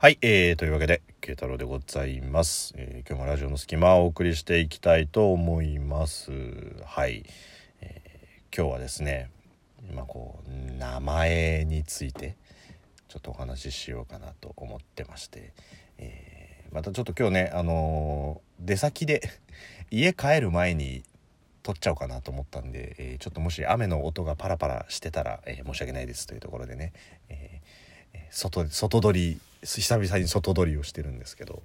はい、というわけで慶太郎でございます。今日もラジオの隙間をお送りしていきたいと思います。はい、今日はですね、名前についてちょっとお話ししようかなと思ってまして、またちょっと今日ね、出先で家帰る前に撮っちゃおうかなと思ったんで、ちょっともし雨の音がパラパラしてたら、申し訳ないですというところでね、外撮り久々に外撮りをしてるんですけど、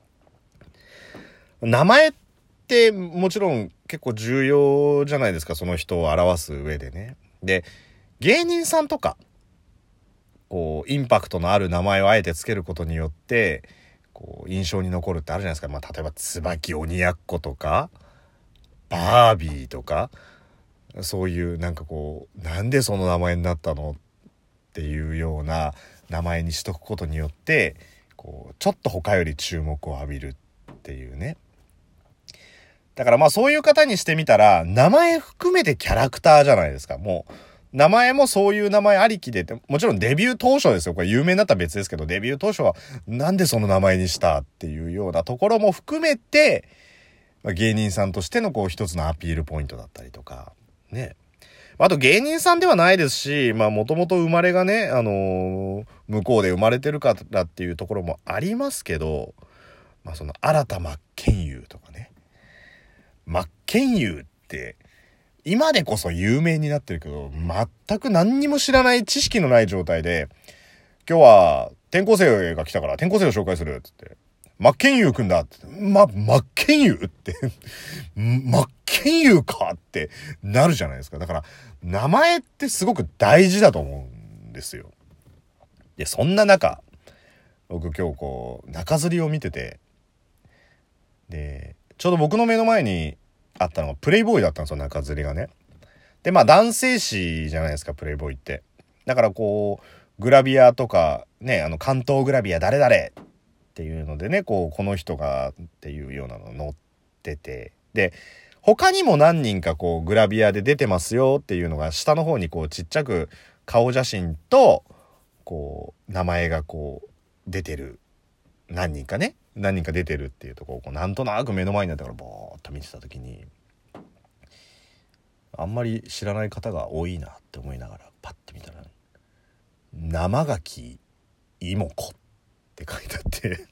名前ってもちろん結構重要じゃないですか、その人を表す上でね。で、芸人さんとかこうインパクトのある名前をあえてつけることによってこう印象に残るってあるじゃないですか。例えば椿鬼奴とかバービーとか、そういうなんでその名前になったのっていうような名前にしとくことによってちょっと他より注目を浴びるっていうね。だからそういう方にしてみたら名前含めてキャラクターじゃないですか。もう名前もそういう名前ありきで、もちろんデビュー当初ですよ。これ有名になったら別ですけど、デビュー当初はなんでその名前にしたっていうようなところも含めて、芸人さんとしての一つのアピールポイントだったりとかね。あと芸人さんではないですし、もともと生まれがね、向こうで生まれてるからっていうところもありますけど、その新田真剣佑とかね。真剣佑って今でこそ有名になってるけど、全く何にも知らない知識のない状態で、今日は転校生が来たから転校生を紹介するって言って、真剣佑くんだって、真剣佑って真剣佑かってなるじゃないですか。だから名前ってすごく大事だと思うんですよ。で、そんな中、僕今日中吊りを見てて、でちょうど僕の目の前にあったのがプレイボーイだったんですよ、中吊りがね。で男性誌じゃないですか、プレイボーイって。だからグラビアとかね、関東グラビア誰々っていうのでね、この人がっていうようなの載ってて、で他にも何人かグラビアで出てますよっていうのが下の方にちっちゃく顔写真と名前が出てる、何人か出てるっていうとなんとなく目の前になったからぼーっと見てた時に、あんまり知らない方が多いなって思いながらパッて見たら、生垣妹子って書いてあって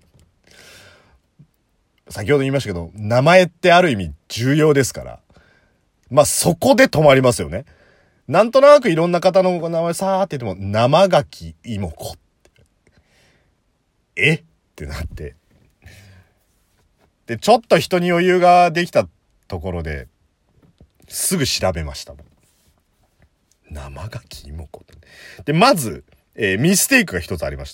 先ほど言いましたけど、名前ってある意味重要ですから、そこで止まりますよね。なんとなくいろんな方の名前さーって言っても生垣妹子ってってなって、でちょっと人に余裕ができたところですぐ調べましたもん。生垣妹子で、まず、ミステイクが一つありまして、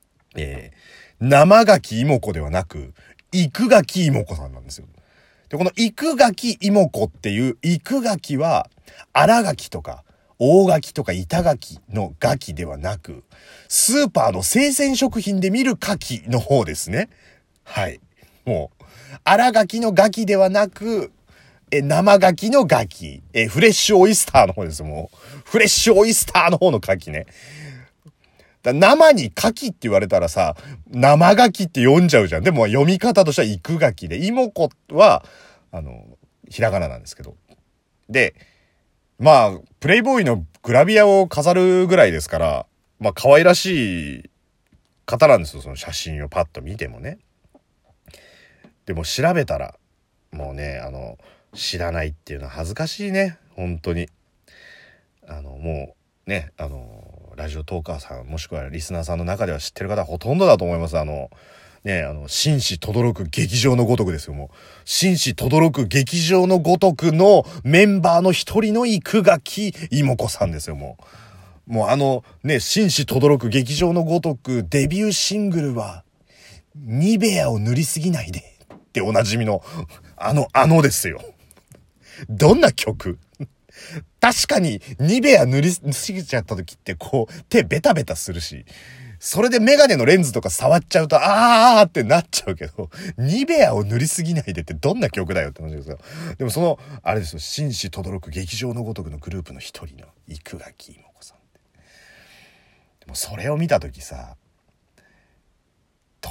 生垣妹子ではなく生垣妹子さんなんですよ。でこの生垣妹子っていう生垣は新垣とか大垣とか板垣の垣ではなく、スーパーの生鮮食品で見る柿の方ですね。はい、もう新垣の垣ではなく生牡蠣の牡蠣、フレッシュオイスターの方です。もうフレッシュオイスターの方の牡蠣ね。生に牡蠣って言われたらさ、生牡蠣って読んじゃうじゃん。でも読み方としては生牡蠣で、妹子はひらがななんですけど、でプレイボーイのグラビアを飾るぐらいですから、可愛らしい方なんですよ、その写真をパッと見てもね。でも調べたらもうね、知らないっていうのは恥ずかしいね、本当に。もうね、ラジオトーカーさんもしくはリスナーさんの中では知ってる方はほとんどだと思います。紳士轟く劇場のごとくですよ。もう紳士轟く劇場のごとくのメンバーの一人の生垣妹子さんですよ。もう紳士轟く劇場のごとくデビューシングルはニベアを塗りすぎないでっておなじみのですよ。どんな曲？確かにニベア塗りすぎちゃった時って手ベタベタするし、それでメガネのレンズとか触っちゃうとあーってなっちゃうけど、ニベアを塗りすぎないでってどんな曲だよって話ですよ。でもあれですよ、紳士轟く劇場のごとくのグループの一人の生垣妹子さん。でもそれを見た時さ、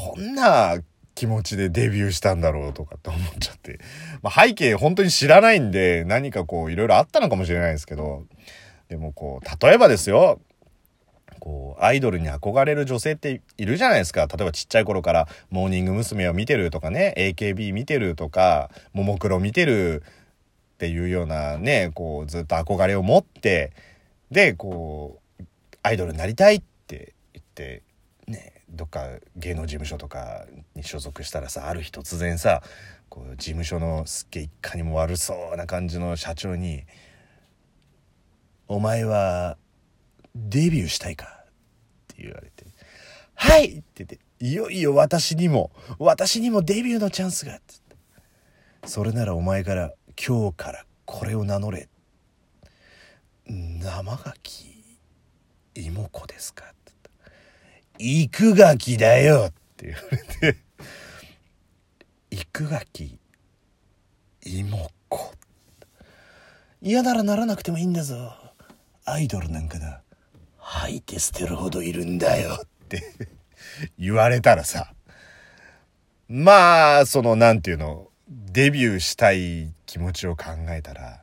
どんな気持ちでデビューしたんだろうとかって思っちゃって。まあ背景本当に知らないんで、何かこういろいろあったのかもしれないですけど、でもこう、例えばですよ、こう、アイドルに憧れる女性っているじゃないですか。例えばちっちゃい頃からモーニング娘。を見てるとかね、AKB 見てるとか、ももクロ見てるっていうようなね、こう、ずっと憧れを持って、で、こう、アイドルになりたいって言って、ね、どっか芸能事務所とかに所属したらさ、ある日突然さ、こう事務所のすっげえ一家にも悪そうな感じの社長に、お前はデビューしたいかって言われて、はいって言って、いよいよ私にもデビューのチャンスがって。それならお前から今日からこれを名乗れ。生垣妹子ですかって言った。生垣だよって言われて、生垣妹子。嫌ならならなくてもいいんだぞ。アイドルなんかだ。吐いて捨てるほどいるんだよって言われたらさ、まあ、なんていうの、デビューしたい気持ちを考えたら、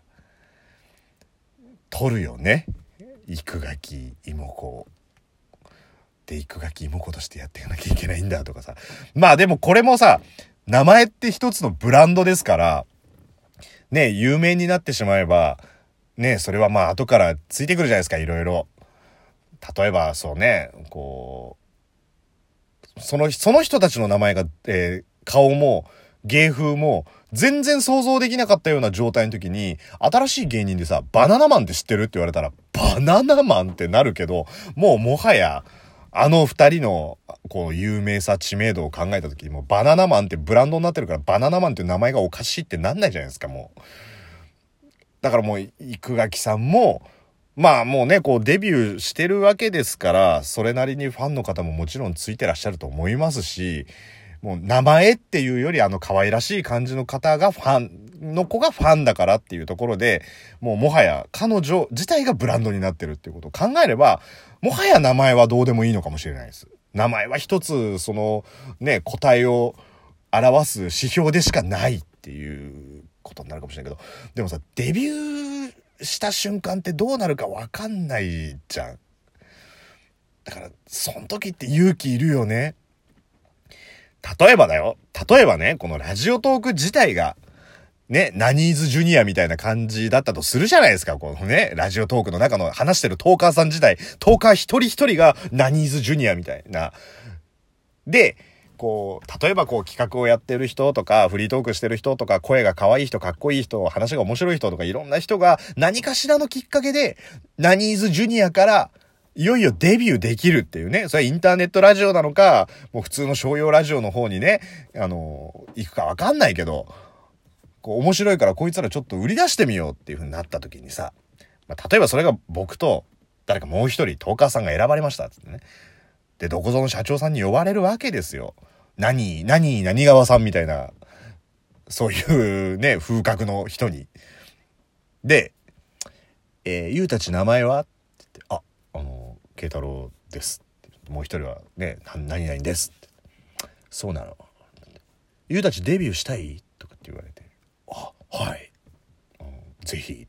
取るよね。生垣妹子で、生垣妹子としてやっていかなきゃいけないんだとかさ。まあでもこれもさ、名前って一つのブランドですから、ね、有名になってしまえば、ね、それはまあ後からついてくるじゃないですか、いろいろ。例えばそうね、こう、その人たちの名前が、顔も芸風も全然想像できなかったような状態の時に、新しい芸人でさ、バナナマンって知ってるって言われたら、バナナマンってなるけど、もはや、あの二人の、こう、有名さ、知名度を考えた時に、もうバナナマンってブランドになってるから、バナナマンっていう名前がおかしいってなんないじゃないですか、もう。だからもう、生垣さんも、まあもうね、こうデビューしてるわけですから、それなりにファンの方ももちろんついてらっしゃると思いますし、もう名前っていうより可愛らしい感じの方がファンの子がファンだからっていうところで、もうもはや彼女自体がブランドになってるっていうことを考えれば、もはや名前はどうでもいいのかもしれないです。名前は一つ、ね、個体を表す指標でしかないっていうことになるかもしれないけど、でもさ、デビューした瞬間ってどうなるか分かんないじゃん。だからその時って勇気いるよね。例えばね、このラジオトーク自体がね、ナニーズジュニアみたいな感じだったとするじゃないですか。このね、ラジオトークの中の話してるトーカーさん自体、トーカー一人一人がナニーズジュニアみたいな。で、こう、例えばこう企画をやってる人とか、フリートークしてる人とか、声が可愛い人、かっこいい人、話が面白い人とか、いろんな人が何かしらのきっかけで、ナニーズジュニアから、いよいよデビューできるっていうね。それインターネットラジオなのか、もう普通の商用ラジオの方にね、行くかわかんないけど、こう面白いからこいつらちょっと売り出してみようっていう風になった時にさ、例えばそれが僕と誰かもう一人トーカーさんが選ばれましたっつってね。で、どこぞの社長さんに呼ばれるわけですよ。何川さんみたいな、そういうね、風格の人に。で、ゆうたち名前はって言って、慶太郎です。もう一人はね、何々です。そうなの。ゆうたちデビューしたいとかって言われて、はい。ぜひ。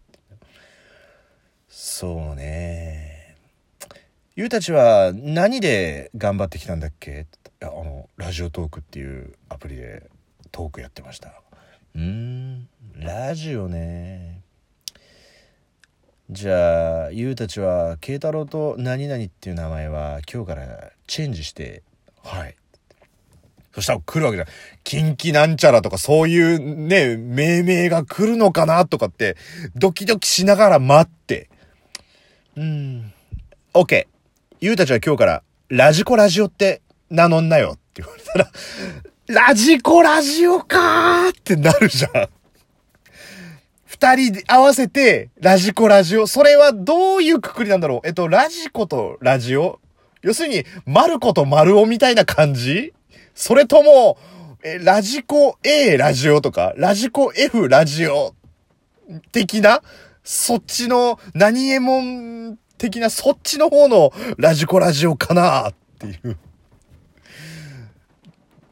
そうね。ゆうたちは何で頑張ってきたんだっけ？ラジオトークっていうアプリでトークやってました。ラジオね。じゃあ、ゆうたちは慶太郎と何々っていう名前は今日からチェンジして、はい。そしたら来るわけじゃん。近畿なんちゃらとかそういうね、命名が来るのかなとかって、ドキドキしながら待って。OK。ゆうたちは今日からラジコラジオって名乗んなよって言われたら、ラジコラジオかーってなるじゃん。二人で合わせてラジコラジオ。それはどういうくくりなんだろう。ラジコとラジオ？要するに、マルコとマルオみたいな感じ？それとも、ラジコ A ラジオとか、ラジコ F ラジオ的な、そっちの、何エモン的な、そっちの方のラジコラジオかなっていう。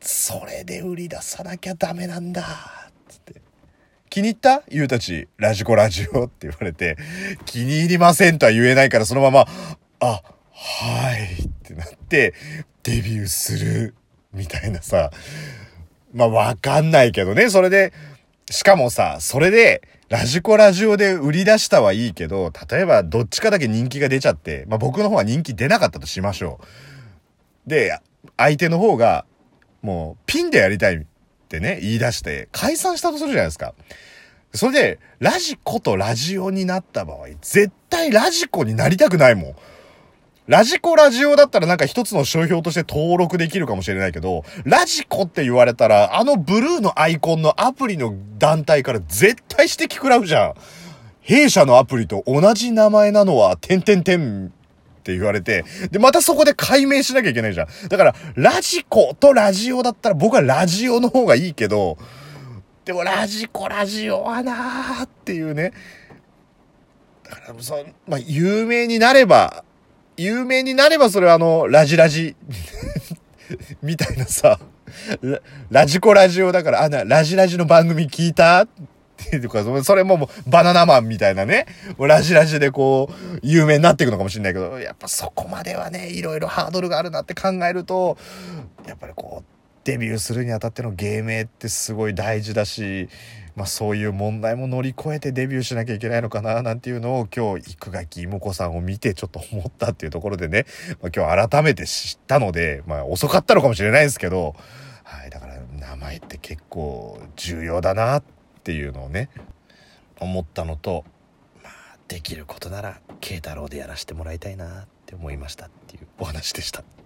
それで売り出さなきゃダメなんだつって、気に入ったゆうたちラジコラジオって言われて、気に入りませんとは言えないから、そのままはいってなってデビューするみたいなさ。わかんないけどね。それでしかもさ、それでラジコラジオで売り出したはいいけど、例えばどっちかだけ人気が出ちゃって、僕の方は人気出なかったとしましょう。で、相手の方がもうピンでやりたいってね言い出して解散したとするじゃないですか。それでラジコとラジオになった場合、絶対ラジコになりたくないもん。ラジコラジオだったらなんか一つの商標として登録できるかもしれないけど、ラジコって言われたら、ブルーのアイコンのアプリの団体から絶対指摘食らうじゃん。弊社のアプリと同じ名前なのは、って言われて、で、またそこで解明しなきゃいけないじゃん。だから、ラジコとラジオだったら僕はラジオの方がいいけど、でもラジコラジオはなーっていうね。だから有名になればそれはラジラジみたいなさ、ラジコラジオだから、ラジラジの番組聞いたっていうか、それもバナナマンみたいなね、ラジラジでこう有名になっていくのかもしれないけど、やっぱそこまではね、いろいろハードルがあるなって考えると、やっぱりこうデビューするにあたっての芸名ってすごい大事だし、そういう問題も乗り越えてデビューしなきゃいけないのかななんていうのを今日生垣妹子さんを見てちょっと思ったっていうところでね、今日改めて知ったので、遅かったのかもしれないですけど、はい、だから名前って結構重要だなっていうのをね思ったのと、できることなら慶太郎でやらせてもらいたいなって思いましたっていうお話でした。